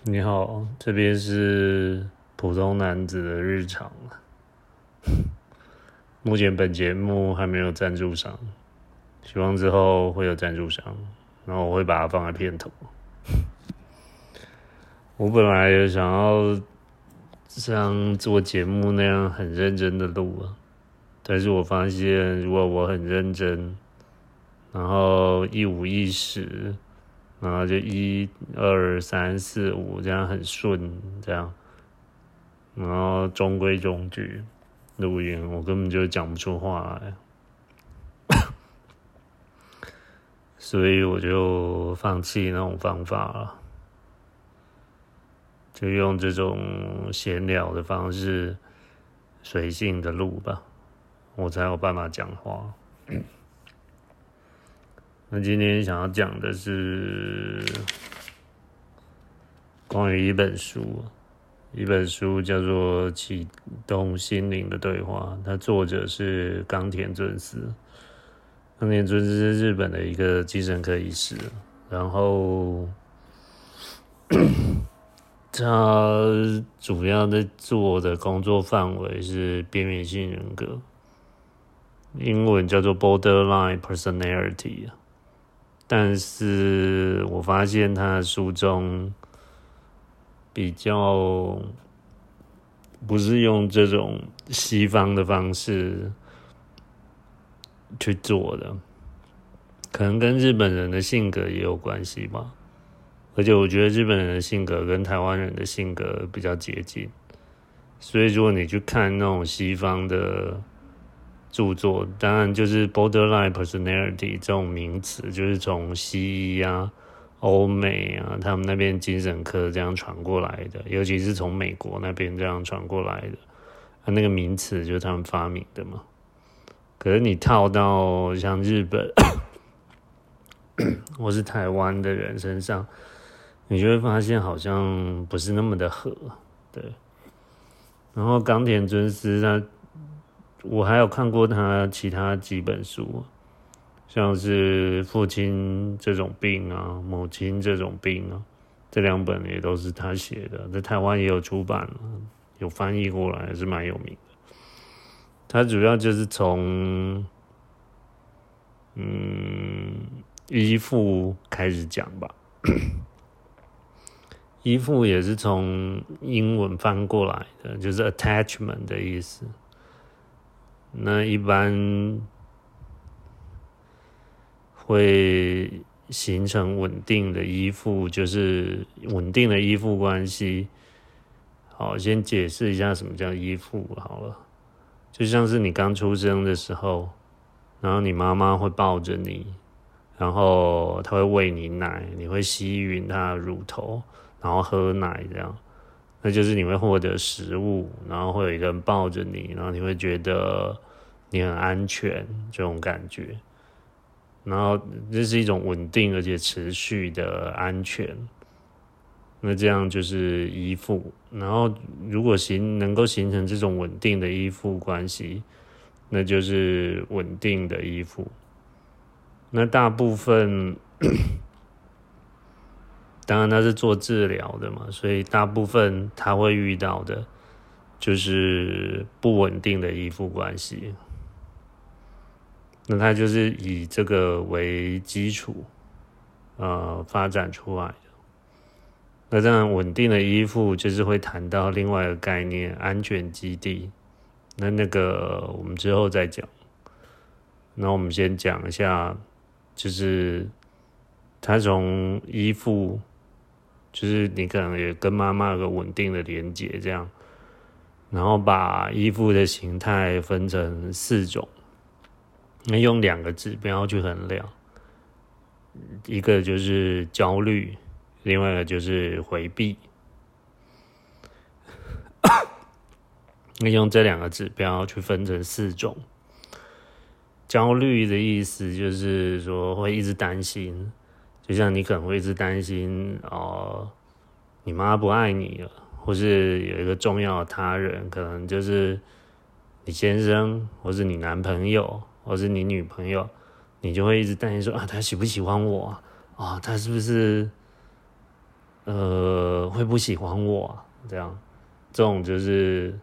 你好，这边是普通男子的日常。目前本节目还没有赞助商，希望之后会有赞助商，然后我会把它放在片头。我本来也想要像做节目那样很认真的录啊，但是我发现如果我很认真，然后一五一十，然后就1、2、3、4、5这样很顺，这样，然后中规中矩录音，我根本就讲不出话来，所以我就放弃那种方法了，就用这种闲聊的方式，随性的录吧，我才有办法讲话。那今天想要讲的是关于一本书叫做《启动心灵的对话》，它作者是冈田尊司。冈田尊司是日本的一个精神科医师，然后他主要在做的工作范围是边缘性人格，英文叫做 borderline personality。但是我发现他的书中比较不是用这种西方的方式去做的，可能跟日本人的性格也有关系吧。而且我觉得日本人的性格跟台湾人的性格比较接近，所以如果你去看那种西方的著作，当然就是 borderline personality 这种名词，就是从西医啊、欧美啊，他们那边精神科这样传过来的，尤其是从美国那边这样传过来的。那个名词就是他们发明的嘛。可是你套到像日本或是台湾的人身上，你就会发现好像不是那么的合，对。然后冈田尊司我还有看过他其他几本书，像是父亲这种病啊，母亲这种病啊，这2本也都是他写的，在台湾也有出版，有翻译过来，也是蛮有名的。他主要就是从依附开始讲吧，依附也是从英文翻过来的，就是 attachment 的意思。那一般会形成稳定的依附，就是稳定的依附关系。好，先解释一下什么叫依附好了。就像是你刚出生的时候，然后你妈妈会抱着你，然后她会喂你奶，你会吸吮她的乳头，然后喝奶这样。那就是你会获得食物，然后会有一个人抱着你，然后你会觉得你很安全这种感觉，然后这是一种稳定而且持续的安全。那这样就是依附，然后如果能够形成这种稳定的依附关系，那就是稳定的依附。那大部分当然他是做治疗的嘛，所以大部分他会遇到的就是不稳定的依附关系。那他就是以这个为基础发展出来的。那当然稳定的依附就是会谈到另外一个概念，安全基地。那个我们之后再讲。那我们先讲一下，就是他从依附，就是你可能也跟妈妈有个稳定的连结这样，然后把依附的形态分成4种，那用2个指标去衡量，一个就是焦虑，另外一个就是回避。那用这2个指标去分成4种。焦虑的意思就是说会一直担心，就像你可能会一直担心你妈不爱你了，或是有一个重要的他人，可能就是你先生，或是你男朋友，或是你女朋友，你就会一直担心说他喜不喜欢我啊？他是不是会不喜欢我啊？这种就是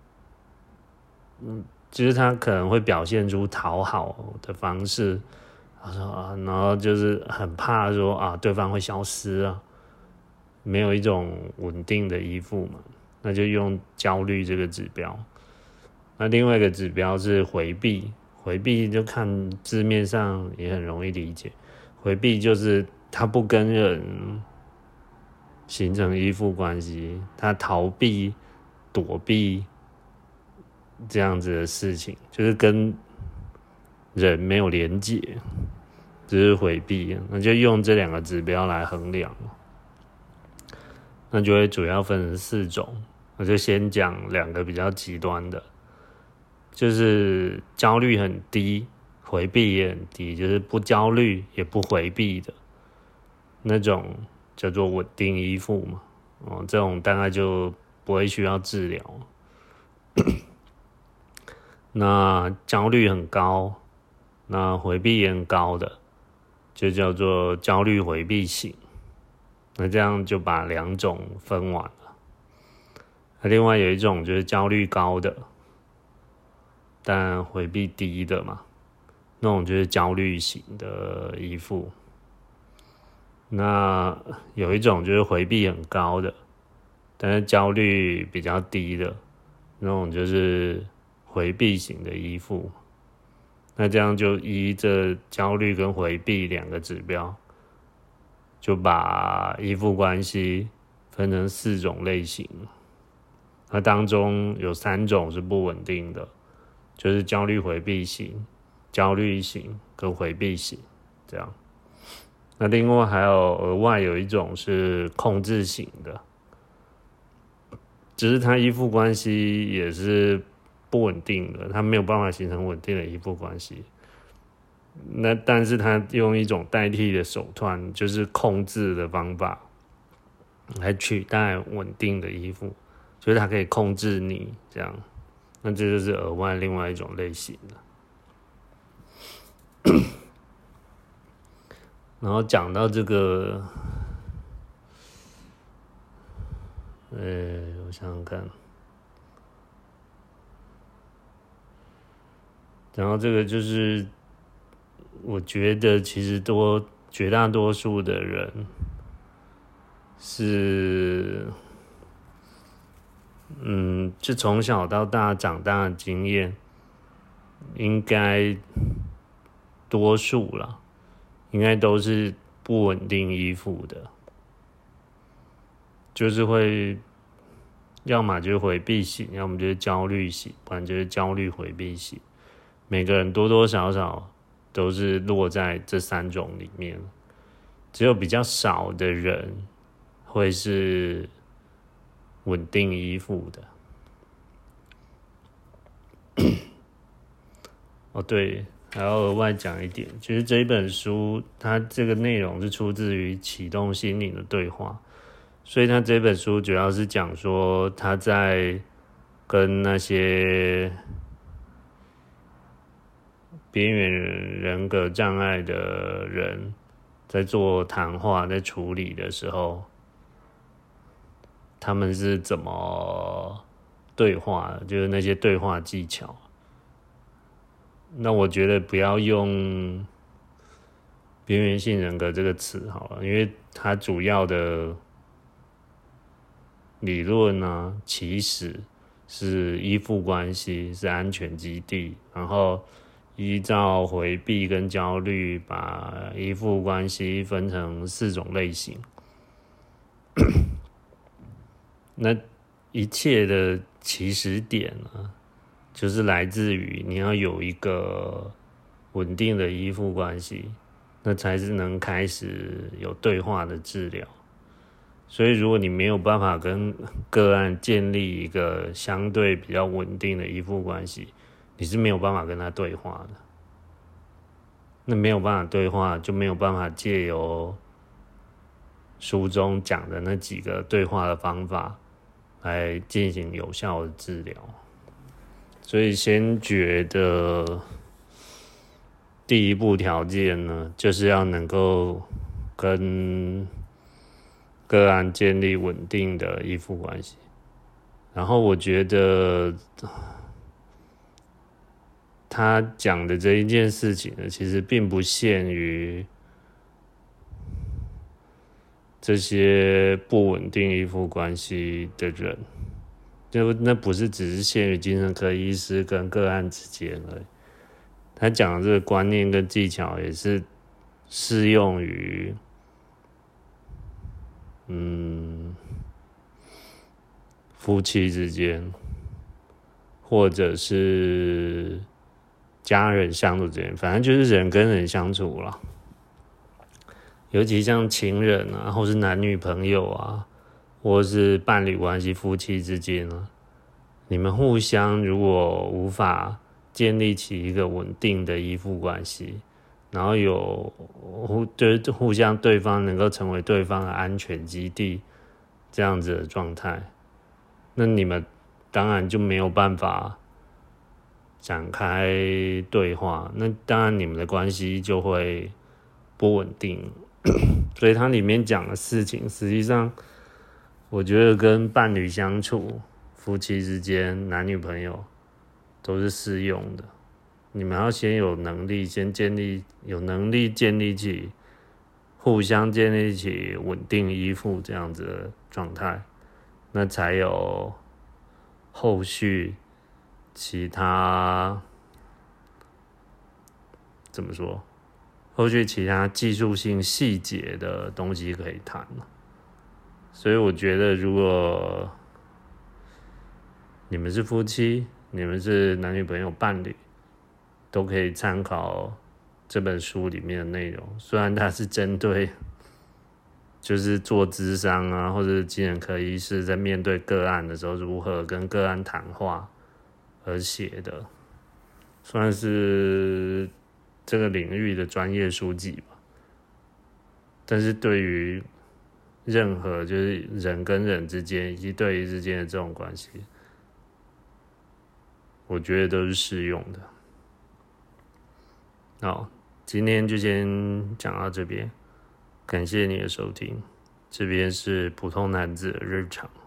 就是他可能会表现出讨好的方式，他说啊，然后就是很怕说啊对方会消失啊，没有一种稳定的依附嘛，那就用焦虑这个指标。那另外一个指标是回避，回避就看字面上也很容易理解，回避就是他不跟人形成依附关系，他逃避、躲避这样子的事情，就是跟人没有连结，只是回避。那就用这两个指标来衡量，那就会主要分成4种。我就先讲2个比较极端的，就是焦虑很低，回避也很低，就是不焦虑也不回避的那种，叫做稳定依附嘛。这种大概就不会需要治疗。那焦虑很高，那回避也很高的，就叫做焦虑回避型。那这样就把2种分完了。那另外有一种就是焦虑高的，但回避低的嘛，那种就是焦虑型的依附。那有一种就是回避很高的，但是焦虑比较低的，那种就是回避型的依附。那这样就依这焦虑跟回避2个指标，就把依附关系分成4种类型。那当中有3种是不稳定的，就是焦虑回避型、焦虑型跟回避型这样。那另外还有额外有一种是控制型的，只是它依附关系也是不稳定的，它没有办法形成稳定的依附关系。那但是它用一种代替的手段，就是控制的方法来取代稳定的依附，就是它可以控制你这样。那这就是额外另外一种类型的。然后讲到这个，我想想看，然后这个就是我觉得其实绝大多数的人是，就从小到大长大的经验，应该多数啦，应该都是不稳定依附的，就是会要么就是回避型，要么就是焦虑型，不然就是焦虑回避型。每个人多多少少都是落在这3种里面，只有比较少的人会是稳定依附的。对，还要额外讲一点，就是这一本书它这个内容是出自于启动心灵的对话，所以它这本书主要是讲说他在跟那些边缘人格障碍的人在做谈话、在处理的时候，他们是怎么对话的，就是那些对话技巧。那我觉得不要用边缘性人格这个词好了，因为它主要的理论呢，其实是依附关系，是安全基地，然后依照回避跟焦虑，把依附关系分成4种类型。那一切的起始点呢，就是来自于你要有一个稳定的依附关系，那才是能开始有对话的治疗。所以如果你没有办法跟个案建立一个相对比较稳定的依附关系，你是没有办法跟他对话的。那没有办法对话，就没有办法借由书中讲的那几个对话的方法来进行有效的治疗。所以先觉得第一步条件呢，就是要能够跟个案建立稳定的依附关系。然后我觉得他讲的这一件事情呢，其实并不限于这些不稳定依附关系的人，就那不是只是限于精神科医师跟个案之间而已。他讲的这个观念跟技巧也是适用于夫妻之间，或者是家人相处之间，反正就是人跟人相处啦。尤其像情人啊，或是男女朋友啊，或是伴侣关系、夫妻之间啊，你们互相如果无法建立起一个稳定的依附关系，然后就是互相对方能够成为对方的安全基地，这样子的状态，那你们当然就没有办法展开对话，那当然你们的关系就会不稳定。所以它里面讲的事情，实际上我觉得跟伴侣相处、夫妻之间、男女朋友都是适用的。你们要先有能力，建立起互相建立起稳定依附这样子的状态，那才有后续其他怎么说？后续其他技术性细节的东西可以谈。所以我觉得，如果你们是夫妻，你们是男女朋友、伴侣，都可以参考这本书里面的内容。虽然它是针对就是做諮商啊，或者精神科医师在面对个案的时候如何跟个案谈话而写的，算是这个领域的专业书籍吧。但是对于任何就是人跟人之间以及对于之间的这种关系，我觉得都是适用的。好，今天就先讲到这边，感谢你的收听。这边是普通男子的日常。